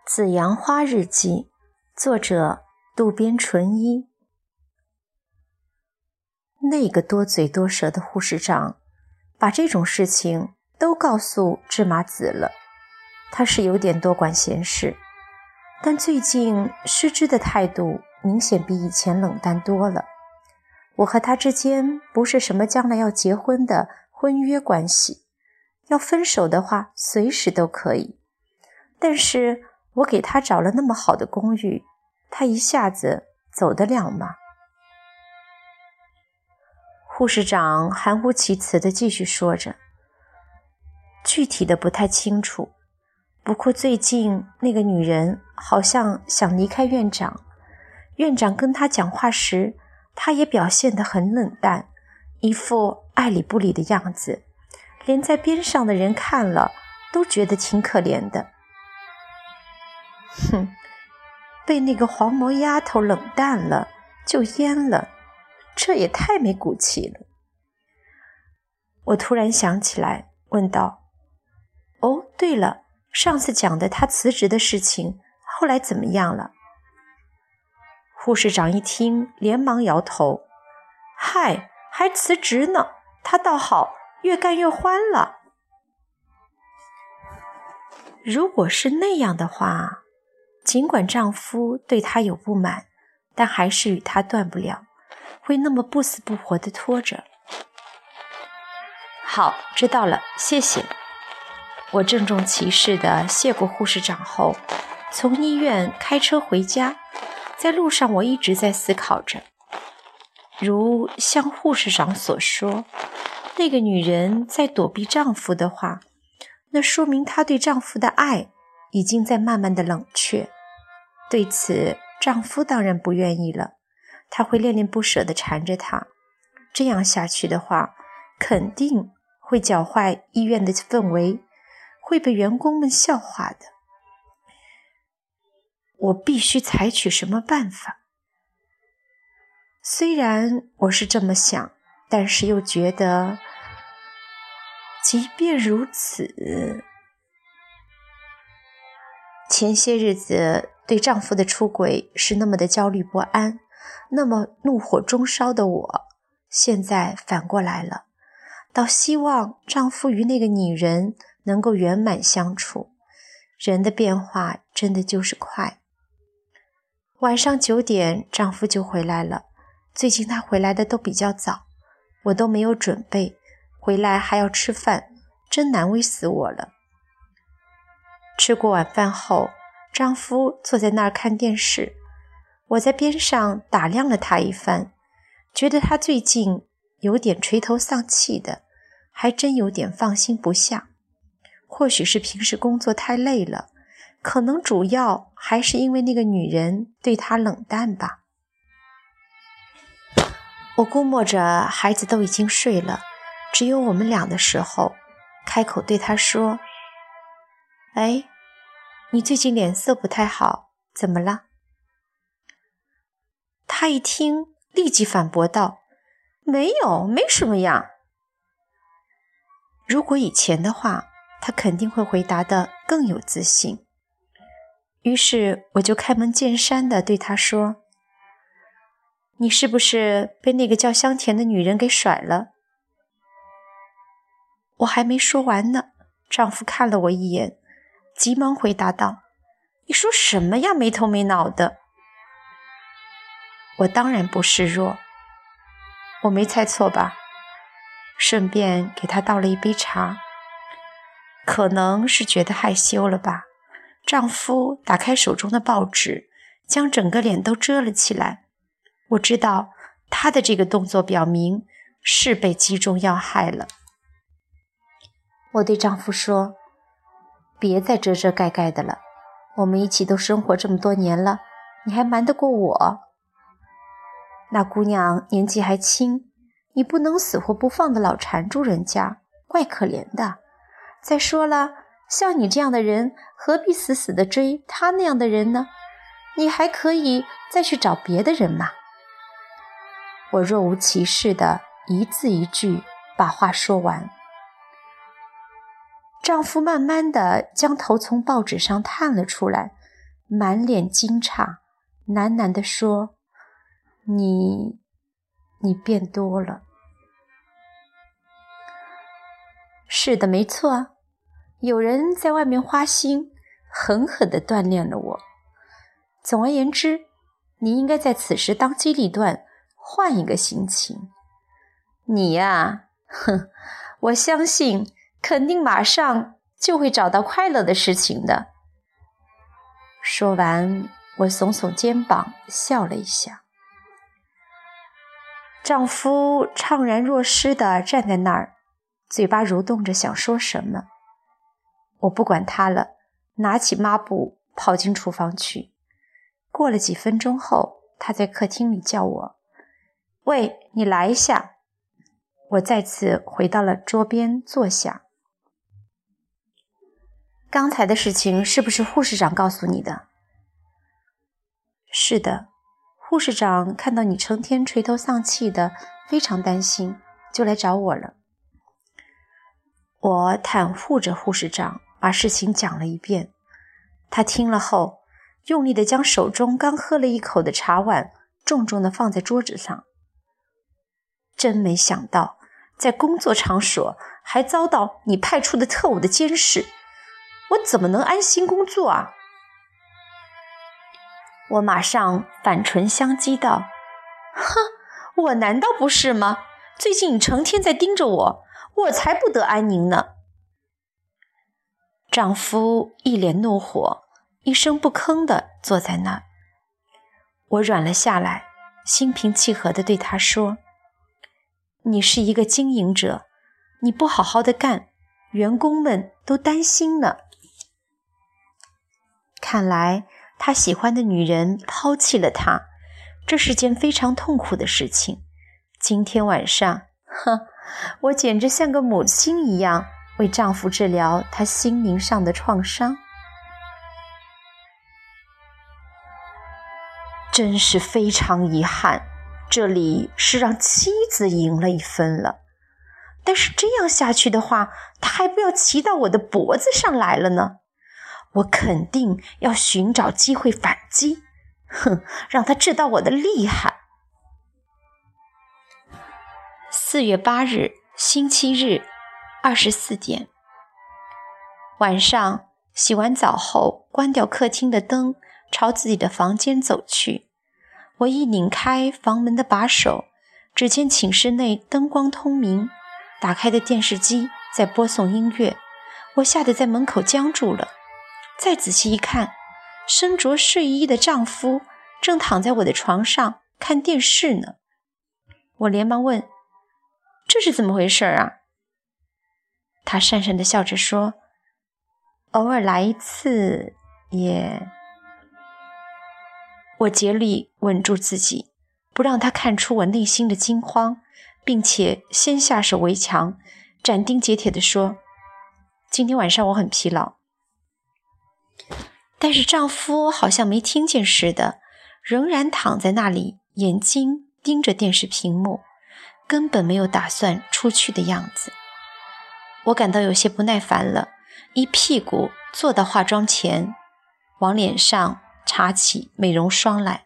紫阳花日记，作者渡边淳一。那个多嘴多舌的护士长把这种事情都告诉芝麻子了，他是有点多管闲事，但最近师之的态度明显比以前冷淡多了。我和他之间不是什么将来要结婚的婚约关系，要分手的话随时都可以，但是我给他找了那么好的公寓，他一下子走得了吗？护士长含糊其辞地继续说着，具体的不太清楚，不过最近那个女人好像想离开院长，院长跟她讲话时，她也表现得很冷淡，一副爱理不理的样子，连在边上的人看了都觉得挺可怜的。被那个黄毛丫头冷淡了就淹了，这也太没骨气了。我突然想起来，问道：哦，对了，上次讲的她辞职的事情后来怎么样了？护士长一听连忙摇头：嗨，还辞职呢，她倒好，越干越欢了。如果是那样的话，尽管丈夫对她有不满，但还是与她断不了，会那么不死不活地拖着。好，知道了，谢谢。我郑重其事地谢过护士长后，从医院开车回家。在路上我一直在思考着，如像护士长所说，那个女人在躲避丈夫的话，那说明她对丈夫的爱已经在慢慢的冷却。对此，丈夫当然不愿意了，他会恋恋不舍地缠着她。这样下去的话，肯定会搅坏医院的氛围，会被员工们笑话的。我必须采取什么办法？虽然我是这么想，但是又觉得，即便如此，前些日子对丈夫的出轨是那么的焦虑不安，那么怒火中烧的我，现在反过来了，倒希望丈夫与那个女人能够圆满相处。人的变化真的就是快。晚上9点，丈夫就回来了。最近他回来的都比较早，我都没有准备，回来还要吃饭，真难为死我了。吃过晚饭后，丈夫坐在那儿看电视，我在边上打量了他一番，觉得他最近有点垂头丧气的，还真有点放心不下。或许是平时工作太累了，可能主要还是因为那个女人对他冷淡吧。我估摸着孩子都已经睡了，只有我们俩的时候，开口对他说：哎，你最近脸色不太好，怎么了？他一听立即反驳道：没有，没什么呀。如果以前的话，他肯定会回答得更有自信。于是我就开门见山地对他说：你是不是被那个叫香甜的女人给甩了？我还没说完呢，丈夫看了我一眼，急忙回答道：你说什么呀，没头没脑的。我当然不示弱，我没猜错吧？顺便给她倒了一杯茶。可能是觉得害羞了吧，丈夫打开手中的报纸，将整个脸都遮了起来。我知道他的这个动作表明是被击中要害了。我对丈夫说：别再遮遮盖盖的了，我们一起都生活这么多年了，你还瞒得过我？那姑娘年纪还轻，你不能死活不放的老缠住人家，怪可怜的。再说了，像你这样的人，何必死死地追他那样的人呢？你还可以再去找别的人嘛。我若无其事地一字一句把话说完。丈夫慢慢地将头从报纸上探了出来， 满脸惊诧，喃喃地说：“你变多了。”是的，没错，有人在外面花心，狠狠地锻炼了我。总而言之，你应该在此时当机立断，换一个心情。你呀，我相信肯定马上就会找到快乐的事情的。说完，我耸耸肩膀，笑了一下。丈夫怅然若失地站在那儿，嘴巴蠕动着想说什么。我不管他了，拿起抹布跑进厨房去。过了几分钟后，他在客厅里叫我：“喂，你来一下。”我再次回到了桌边坐下。刚才的事情是不是护士长告诉你的？是的，护士长看到你成天垂头丧气的，非常担心，就来找我了。我袒护着护士长，把事情讲了一遍。他听了后，用力地将手中刚喝了一口的茶碗重重地放在桌子上。真没想到，在工作场所还遭到你派出的特务的监视，我怎么能安心工作啊？我马上反唇相讥道：“哼，我难道不是吗？最近你成天在盯着我，我才不得安宁呢。”丈夫一脸怒火，一声不吭地坐在那儿。我软了下来，心平气和地对他说：“你是一个经营者，你不好好的干，员工们都担心呢。”看来他喜欢的女人抛弃了他，这是件非常痛苦的事情。今天晚上，我简直像个母亲一样，为丈夫治疗他心灵上的创伤。真是非常遗憾，这里是让妻子赢了一分了。但是这样下去的话，他还不要骑到我的脖子上来了呢？我肯定要寻找机会反击，让他知道我的厉害。4月8日，星期日，24点。晚上洗完澡后，关掉客厅的灯，朝自己的房间走去。我一拧开房门的把手，只见寝室内灯光通明，打开的电视机在播送音乐。我吓得在门口僵住了。再仔细一看，身着睡衣的丈夫正躺在我的床上看电视呢。我连忙问：“这是怎么回事啊？”他讪讪地笑着说：“偶尔来一次也……”我竭力稳住自己，不让他看出我内心的惊慌，并且先下手为强，斩钉截铁地说：“今天晚上我很疲劳。”但是丈夫好像没听见似的，仍然躺在那里，眼睛盯着电视屏幕，根本没有打算出去的样子。我感到有些不耐烦了，一屁股坐到化妆前，往脸上擦起美容霜来。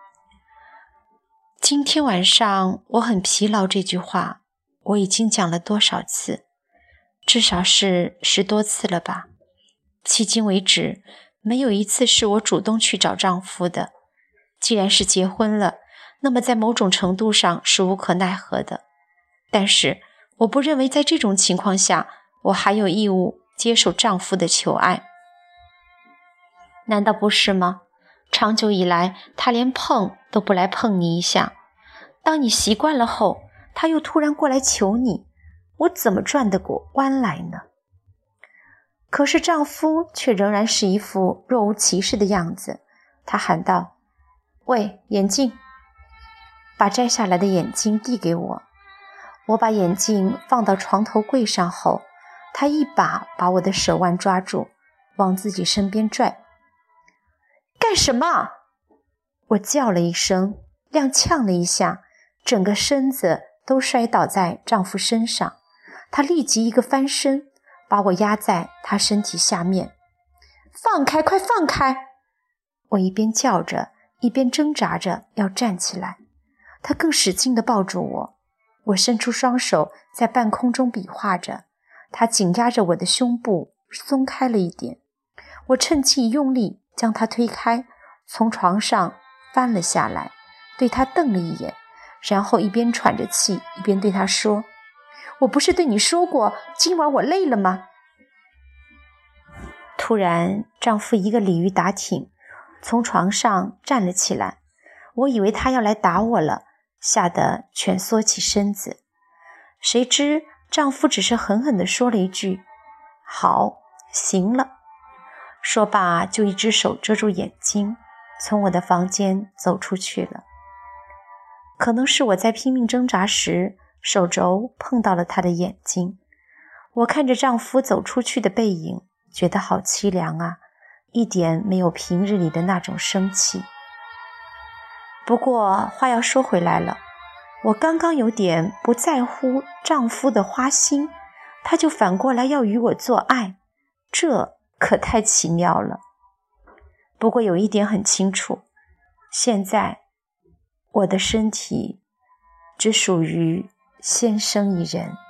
今天晚上我很疲劳这句话，我已经讲了多少次？至少是10多次了吧。迄今为止，没有一次是我主动去找丈夫的。既然是结婚了，那么在某种程度上是无可奈何的。但是我不认为在这种情况下，我还有义务接受丈夫的求爱。难道不是吗？长久以来，他连碰都不来碰你一下。当你习惯了后，他又突然过来求你，我怎么转得过弯来呢？可是丈夫却仍然是一副若无其事的样子。他喊道：“喂，眼镜！”把摘下来的眼镜递给我。我把眼镜放到床头柜上后，他一把把我的手腕抓住，往自己身边拽。“干什么？”我叫了一声，踉跄了一下，整个身子都摔倒在丈夫身上。他立即一个翻身，把我压在他身体下面。“放开，快放开！” 我一边叫着，一边挣扎着要站起来，他更使劲地抱住我。我伸出双手在半空中比划着，他紧压着我的胸部，松开了一点。我趁机一用力将他推开，从床上翻了下来，对他瞪了一眼，然后一边喘着气一边对他说：我不是对你说过今晚我累了吗？突然丈夫一个鲤鱼打挺，从床上站了起来，我以为他要来打我了，吓得蜷缩起身子。谁知丈夫只是狠狠地说了一句：好，行了。说罢就一只手遮住眼睛，从我的房间走出去了。可能是我在拼命挣扎时，手肘碰到了他的眼睛。我看着丈夫走出去的背影，觉得好凄凉啊，一点没有平日里的那种生气。不过话要说回来了，我刚刚有点不在乎丈夫的花心，他就反过来要与我做爱，这可太奇妙了。不过有一点很清楚，现在我的身体只属于先生一人。